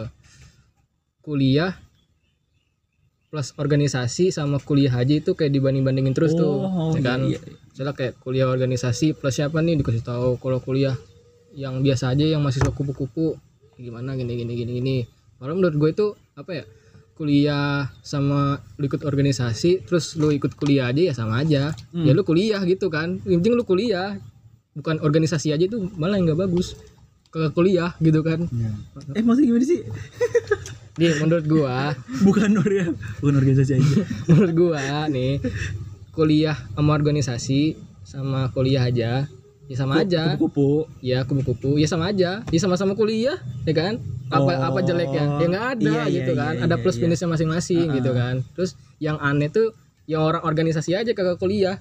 kuliah plus organisasi sama kuliah aja itu kayak dibanding-bandingin terus tuh, ya kan? Iya. Misalnya kayak kuliah organisasi plus siapa nih dikasih tahu, kalau kuliah yang biasa aja yang mahasiswa kupu-kupu gimana gini. Padahal menurut gue itu apa ya, kuliah sama lu ikut organisasi terus lu ikut kuliah aja ya sama aja. Ya lu kuliah gitu kan, yang penting lu kuliah, bukan organisasi aja itu malah nggak bagus ke kuliah gitu kan. Maksudnya gimana sih? Dia menurut gua bukan organisasi aja. menurut gua nih kuliah sama organisasi sama kuliah aja ya sama aja. Kupu-kupu. Ya kupu-kupu ya sama aja, ya sama-sama kuliah ya kan. Apa jeleknya ya nggak ada gitu kan. Ada plus minusnya masing-masing gitu kan. Terus yang aneh tuh yang orang organisasi aja kagak kuliah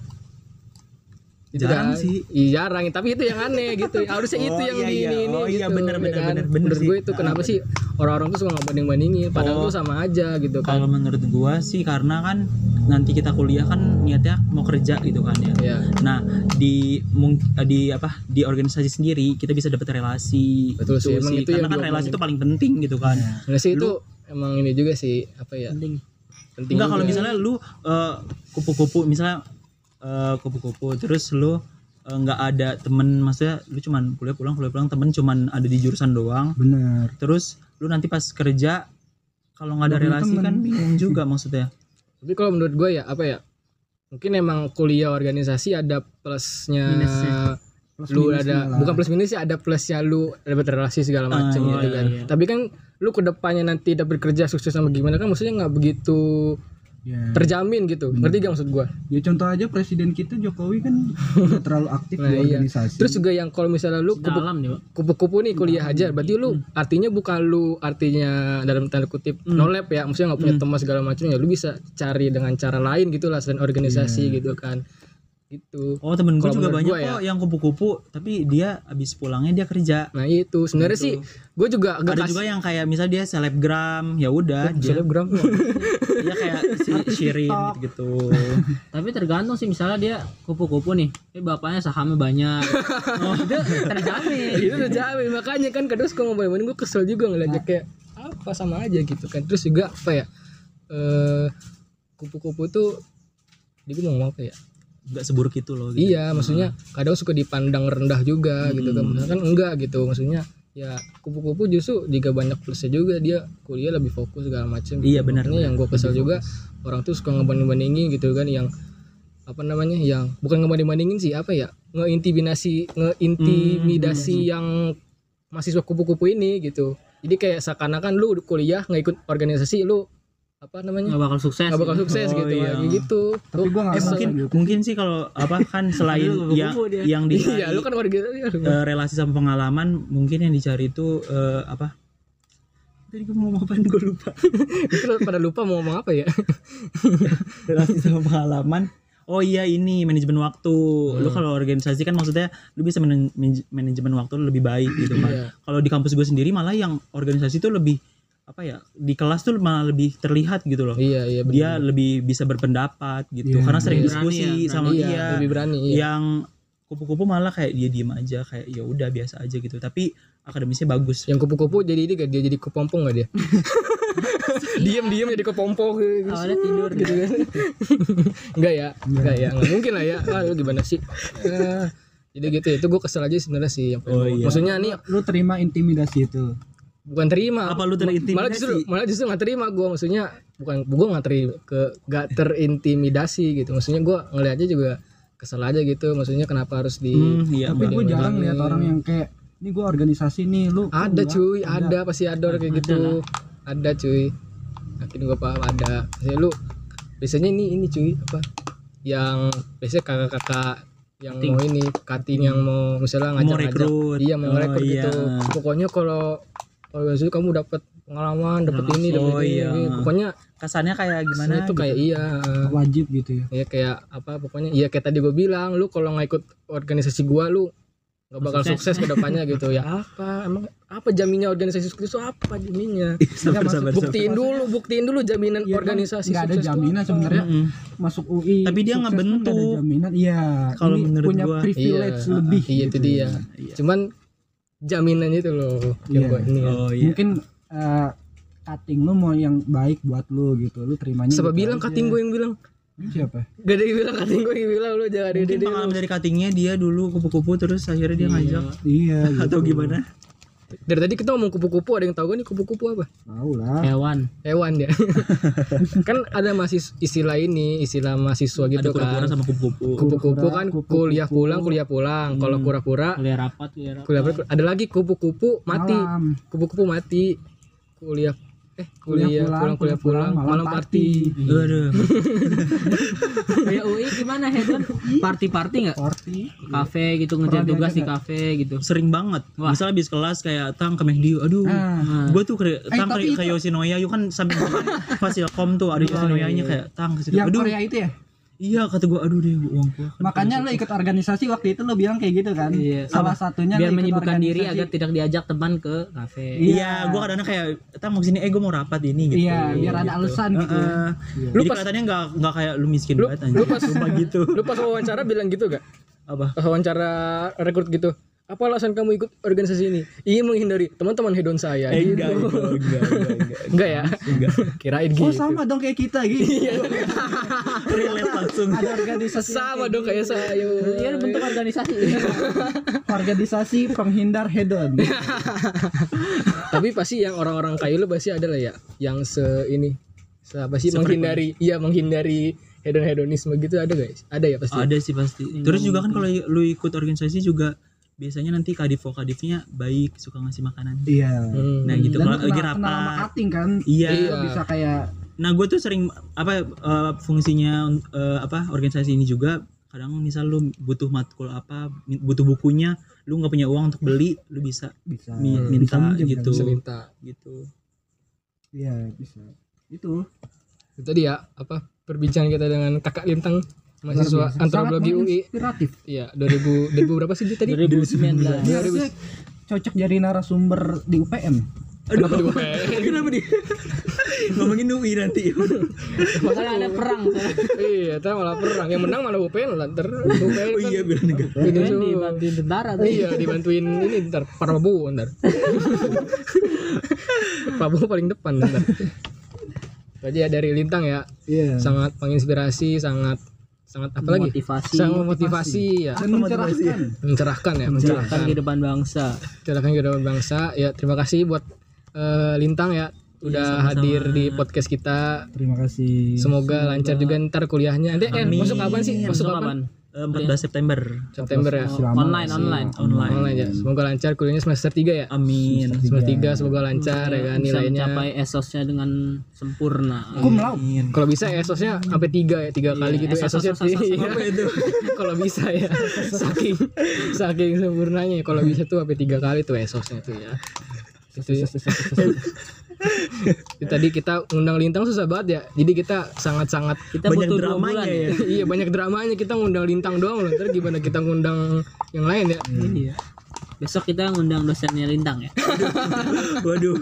gitu Jarang kan. sih. Iya jarang, tapi itu yang aneh gitu. Harusnya itu yang ini gitu. Iya benar ya kan? benar Menurut sih. gue itu kenapa sih orang-orang tuh suka ngebanding-bandingin padahal tuh sama aja gitu kan. Kalau menurut gua sih karena kan nanti kita kuliah kan niatnya mau kerja gitu kan ya. Ya. Nah, di organisasi sendiri kita bisa dapat relasi. Betul sih, emang itu karena yang kan relasi diomongin. itu paling penting gitu kan. Relasi itu emang ini juga sih apa ya? Penting. Penting. Enggak, kalau juga. misalnya lu kupu-kupu misalnya kupu-kupu terus lu nggak ada temen, maksudnya lu cuman kuliah pulang temen cuman ada di jurusan doang. Bener. Terus lu nanti pas kerja kalau nggak ada Nggak punya relasi temen. kan bingung juga maksudnya. Tapi kalau menurut gue ya apa ya? Mungkin emang kuliah organisasi ada plusnya. Plus Lu minusnya ada lah. bukan plus minusnya, ada plusnya lu dapat relasi segala macam iya, gitu kan. iya. Tapi kan lu ke depannya nanti dapat kerja sukses sama gimana kan maksudnya nggak begitu Ya. terjamin gitu. Ngerti gak maksud gua? Ya contoh aja presiden kita Jokowi kan udah terlalu aktif Nah, di iya. organisasi. Terus juga yang kalau misalnya lu Dalam nih, Pak. kupu-kupu nih kuliah aja, berarti lu artinya bukan lu artinya dalam tanda kutip no lab ya, maksudnya nggak punya teman segala macam ya, lu bisa cari dengan cara lain gitulah selain organisasi gitu kan. Gitu. Oh, temen gue Kalau juga menurut banyak gua ya. kok yang kupu-kupu tapi dia abis pulangnya dia kerja. Nah itu sebenarnya Gitu. sih gue juga agak Ada juga yang kayak misal dia selebgram, ya udah dia selebgram. dia kayak Shirin gitu. Tapi tergantung sih, misalnya dia kupu-kupu nih, bapaknya sahamnya banyak. Itu terjamin. Itu udah jamin, makanya kan kadang suka ngomongin gue kesel juga ngeliatnya kayak apa sama aja gitu kan. Terus juga apa ya, kupu-kupu tuh dia ngomong apa ya, Enggak seburuk itu loh gitu. iya maksudnya kadang suka dipandang rendah juga gitu kan. Misalkan enggak gitu, maksudnya ya kupu-kupu justru juga banyak plusnya juga, dia kuliah lebih fokus segala macam. Iya, benar, Makanya yang gue kesel juga orang tuh suka ngebanding-bandingin gitu kan, yang apa namanya, yang bukan ngebanding-bandingin sih apa ya, ngeintimidasi yang mahasiswa kupu-kupu ini gitu. Jadi kayak seakan-akan lu kuliah nggak ikut organisasi lu apa namanya Nggak bakal sukses. nggak bakal sukses Oh, gitu iya. kayak gitu. Tapi gua nggak kesel. Mungkin sih kalau apa kan selain yang dicari Iya lu kan warga relasi sama pengalaman, mungkin yang dicari itu apa? Tadi gue mau ngomong apaan gue lupa. itu pada lupa mau ngomong apa ya. Relasi sama pengalaman. Oh iya, ini manajemen waktu. Lu kalau organisasi kan maksudnya lu bisa manajemen waktu lu lebih baik gitu kan. Iya. Kalau di kampus gue sendiri malah yang organisasi tuh lebih apa ya, di kelas tuh malah lebih terlihat gitu loh. Iya iya Dia lebih bisa berpendapat gitu Iya, karena sering iya. diskusi Berani ya, sama iya, dia. lebih berani iya. Yang kupu-kupu malah kayak dia diem aja, kayak ya udah biasa aja gitu, tapi akademisnya bagus. Yang kupu-kupu jadi ini gak dia jadi kepompong gak dia? Diam-diam jadi kepompong gitu. Awalnya tidur gitu kan. Enggak ya, enggak mungkin lah ya. Lu gimana sih? Jadi gitu itu gue kesel aja sebenarnya sih yang Oh, iya. maksudnya nih lu terima intimidasi itu. bukan terima. Apa lu terintimidasi? Malah justru nggak terima gue, maksudnya bukan gue nggak terintimidasi gitu. Maksudnya gue ngeliatnya juga kesel aja gitu. Maksudnya kenapa harus di Iya, Tapi gue Bang. jarang lihat orang yang kayak ini gue organisasi nih lu. ada enggak, cuy, ada pasti ada orang kayak gitu. Ada cuy. Yakin gue paham ada. Biasanya ini cuy apa? Yang biasanya kakak-kakak yang mau ini cutting, yang mau misalnya Mau ngajak-ngajak. rekrut. Iya mau Oh, ngerekrut iya. gitu. Pokoknya kalau organisasi kamu dapat pengalaman, dapat ini, dapat ini. iya. Pokoknya Kesannya kayak gimana itu gitu. kayak iya. Wajib gitu ya. Ya kayak apa pokoknya iya kayak tadi gue bilang lu kalau nggak ikut organisasi gua lu nggak bakal sukses ke depannya gitu ya. Emang apa jaminnya organisasi sukses itu apa jaminnya? Sabar. Buktiin dulu jaminan Iya, organisasi nggak ada sukses itu jaminan apa. sebenarnya. Mm-mm. Masuk UI Tapi dia sukses pun ngebentuk. nggak ada jaminan. Iya, Kalau ini menurut punya gua, privilege iya, lebih iya itu dia. Iya. Cuman jaminannya itu loh Iya. yang gua ini kan. Oh iya. mungkin cutting lu mau yang baik buat lu gitu, lu terimanya Siapa gitu bilang aja. cutting gue yang bilang? Siapa? Gak ada yang bilang cutting gue yang bilang lu jangan Mungkin ide pengalaman dari cuttingnya dia dulu kupu-kupu terus akhirnya dia ngajak Iya atau gitu. gimana? Dari tadi kita ngomong kupu-kupu, ada yang tahu gak nih kupu-kupu apa? Tahu lah. Hewan. Hewan ya. Kan ada masih istilah ini, istilah mahasiswa gitu Ada kura-kura kan. sama kupu-kupu. Kupu-kupu kan Kupu-kupu. kuliah pulang. Kalau kura-kura Kuliah rapat. kuliah ada lagi kupu-kupu mati. Malam. Kupu-kupu mati. Kuliah Kuliah pulang, malam party. Aduh. Kayak UI gimana Hedon? Party nggak? Party. Kafe gitu ngerjain Pernah tugas di diajak kafe gitu. Sering banget. Wah. Misalnya habis kelas kayak tang ke McD, aduh. Ah. Gue tuh tang tapi ke Yoshinoya, yuk kan sambil Fasilkom tuh ada Yoshinoya-nya kayak tang ke situ. Yang Aduh. Korea itu ya? Iya kata gue, aduh deh uang gue. Makanya lo ikut organisasi waktu itu lo bilang kayak gitu kan? Iya. Salah satunya Biar lo ikut menyibukkan diri organisasi. agar tidak diajak teman ke kafe. Iya, gue kadang kayak tang mau kesini, gue mau rapat ini gitu. Iya, biar ada alasan gitu. Heeh. Iya. Jadi pas- kelihatannya nggak kayak lu miskin Lu- banget anjir. lu pas- Sumpah gitu. Lu pas wawancara bilang gitu gak? Apa? Pas wawancara rekrut gitu. Apa alasan kamu ikut organisasi ini? Ingin menghindari teman-teman hedon saya. Gitu. Enggak ya? Kirain Oh gitu. sama dong kayak kita gitu. Relate langsung. Ada organisasi Sama dong kayak saya. Iya bentuk organisasi. organisasi penghindar hedon. Tapi pasti yang orang-orang kayak lu pasti ada lah ya yang apa sih menghindari hedon-hedonisme gitu ada guys. Ada ya pasti. Ada sih pasti. Terus juga kan kalau lu ikut organisasi juga biasanya nanti kadifo-kadifnya baik, suka ngasih makanan. Iya. Nah gitu Dan kalau lu lagi kenal sama rapat. cutting kan? Iya. Lo bisa kayak Nah gue tuh sering fungsinya organisasi ini juga. Kadang misal lu butuh matkul apa, butuh bukunya, lu nggak punya uang untuk beli, lu bisa bisa minta minjem, gitu. Bisa minta. Gitu. Iya bisa. Itu Itu dia apa perbincangan kita dengan Kakak Lintang mahasiswa Sangat antropologi UI. inspiratif. Iya, 2000 berapa sih dia tadi? 2019. Dia harusnya cocok jadi narasumber di UPM. Kenapa di UPN? Kenapa nih? Ngomongin UI nanti. Masalah ada perang. Iya, kita malah perang. Yang menang malah UPN lah. Ntar UPN Oh iya bela negara. Ini Kan tuh- dibantuin tentara tuh. Iya, dibantuin ini ntar Prabowo ntar. Prabowo paling depan ntar. Jadi ya dari Lintang ya, Iya. sangat menginspirasi, sangat apa lagi? Motivasi. Sangat memotivasi ya, Dan mencerahkan. mencerahkan ya, Mencerahkan kehidupan bangsa. mencerahkan kehidupan bangsa. Ya terima kasih buat Lintang ya udah sama-sama. hadir di podcast kita. Terima kasih. Semoga lancar juga ntar kuliahnya. Nanti Amin. masuk kapan sih? Masuk Besok kapan? 14 September. September ya. Masih lama. Online. Online ya. Semoga lancar kuliahnya semester 3 ya. Amin. Semester 3 semoga lancar ya kan Bisa nilainya. mencapai esosnya dengan sempurna. Cum laude. Amin. Kalau bisa esosnya sampai 3 ya, 3 kali gitu esosnya. Apa itu? Kalau bisa ya. Saking sempurnanya kalau bisa tuh sampai 3 kali tuh esosnya tuh ya. Itu ya. Tadi kita undang Lintang susah banget ya. Jadi kita sangat-sangat Kita Banyak butuh 2 dramanya bulan ya. iya banyak dramanya kita ngundang Lintang doang loh. Ntar gimana kita ngundang yang lain ya? Iya. Besok kita ngundang dosennya Lintang ya. Waduh.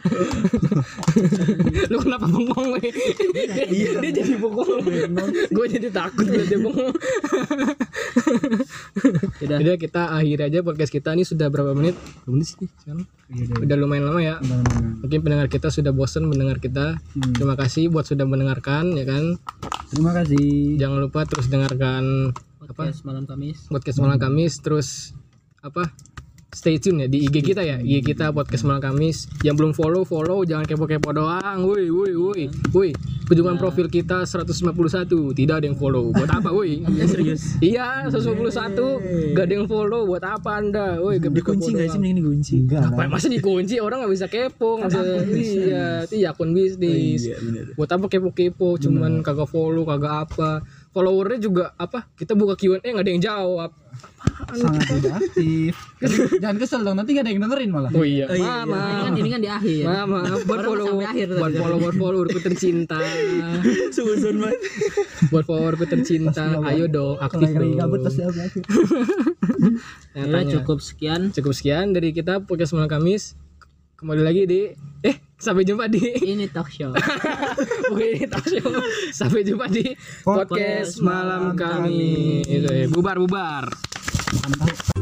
Lu kenapa bengong weh? Dia jadi bengong. Gue jadi takut liat dia bengong. Udah. Jadi kita akhiri aja podcast kita ini sudah berapa menit? Berapa menit sih sekarang? Udah lumayan lama ya. Mungkin pendengar kita sudah bosan mendengar kita. Terima kasih buat sudah mendengarkan ya kan. Terima kasih. Jangan lupa terus dengarkan Podcast malam Kamis. podcast malam Kamis, terus apa? Stay tune ya di IG kita ya. IG kita podcast malam Kamis. Yang belum follow, jangan kepo-kepo doang. Woi. Kunjungan profil kita 151. Tidak ada yang follow. Buat apa, woi? Serius. Iya, 151. Gak ada yang follow. Buat apa Anda? Woi, Dikunci nggak sih? Mending dikunci. Enggak Apa lah. masa dikunci, orang nggak bisa kepo, nggak bisa. Iya, itu ya akun bisnis. Iya benar. Buat apa kepo-kepo, cuman kagak follow, kagak apa. followernya juga apa? Kita buka Q&A nggak ada yang jawab. Sangat tidak aktif. Jangan kesel dong, nanti gak ada yang dengerin malah. Oh iya. Ini kan di akhir. Maaf buat Baru sampai akhir tadi. followerku tercinta. Suzon banget. Buat followerku tercinta. Ayo dong Kalau aktif yang lagi dong. gabut pasti aku aktif. Ya, Nyatanya. cukup sekian dari kita podcast Malam Kamis. Kembali lagi di sampai jumpa di ini talk show. Oke, sampai jumpa di podcast Malam Kamis. Bubar. Mantap.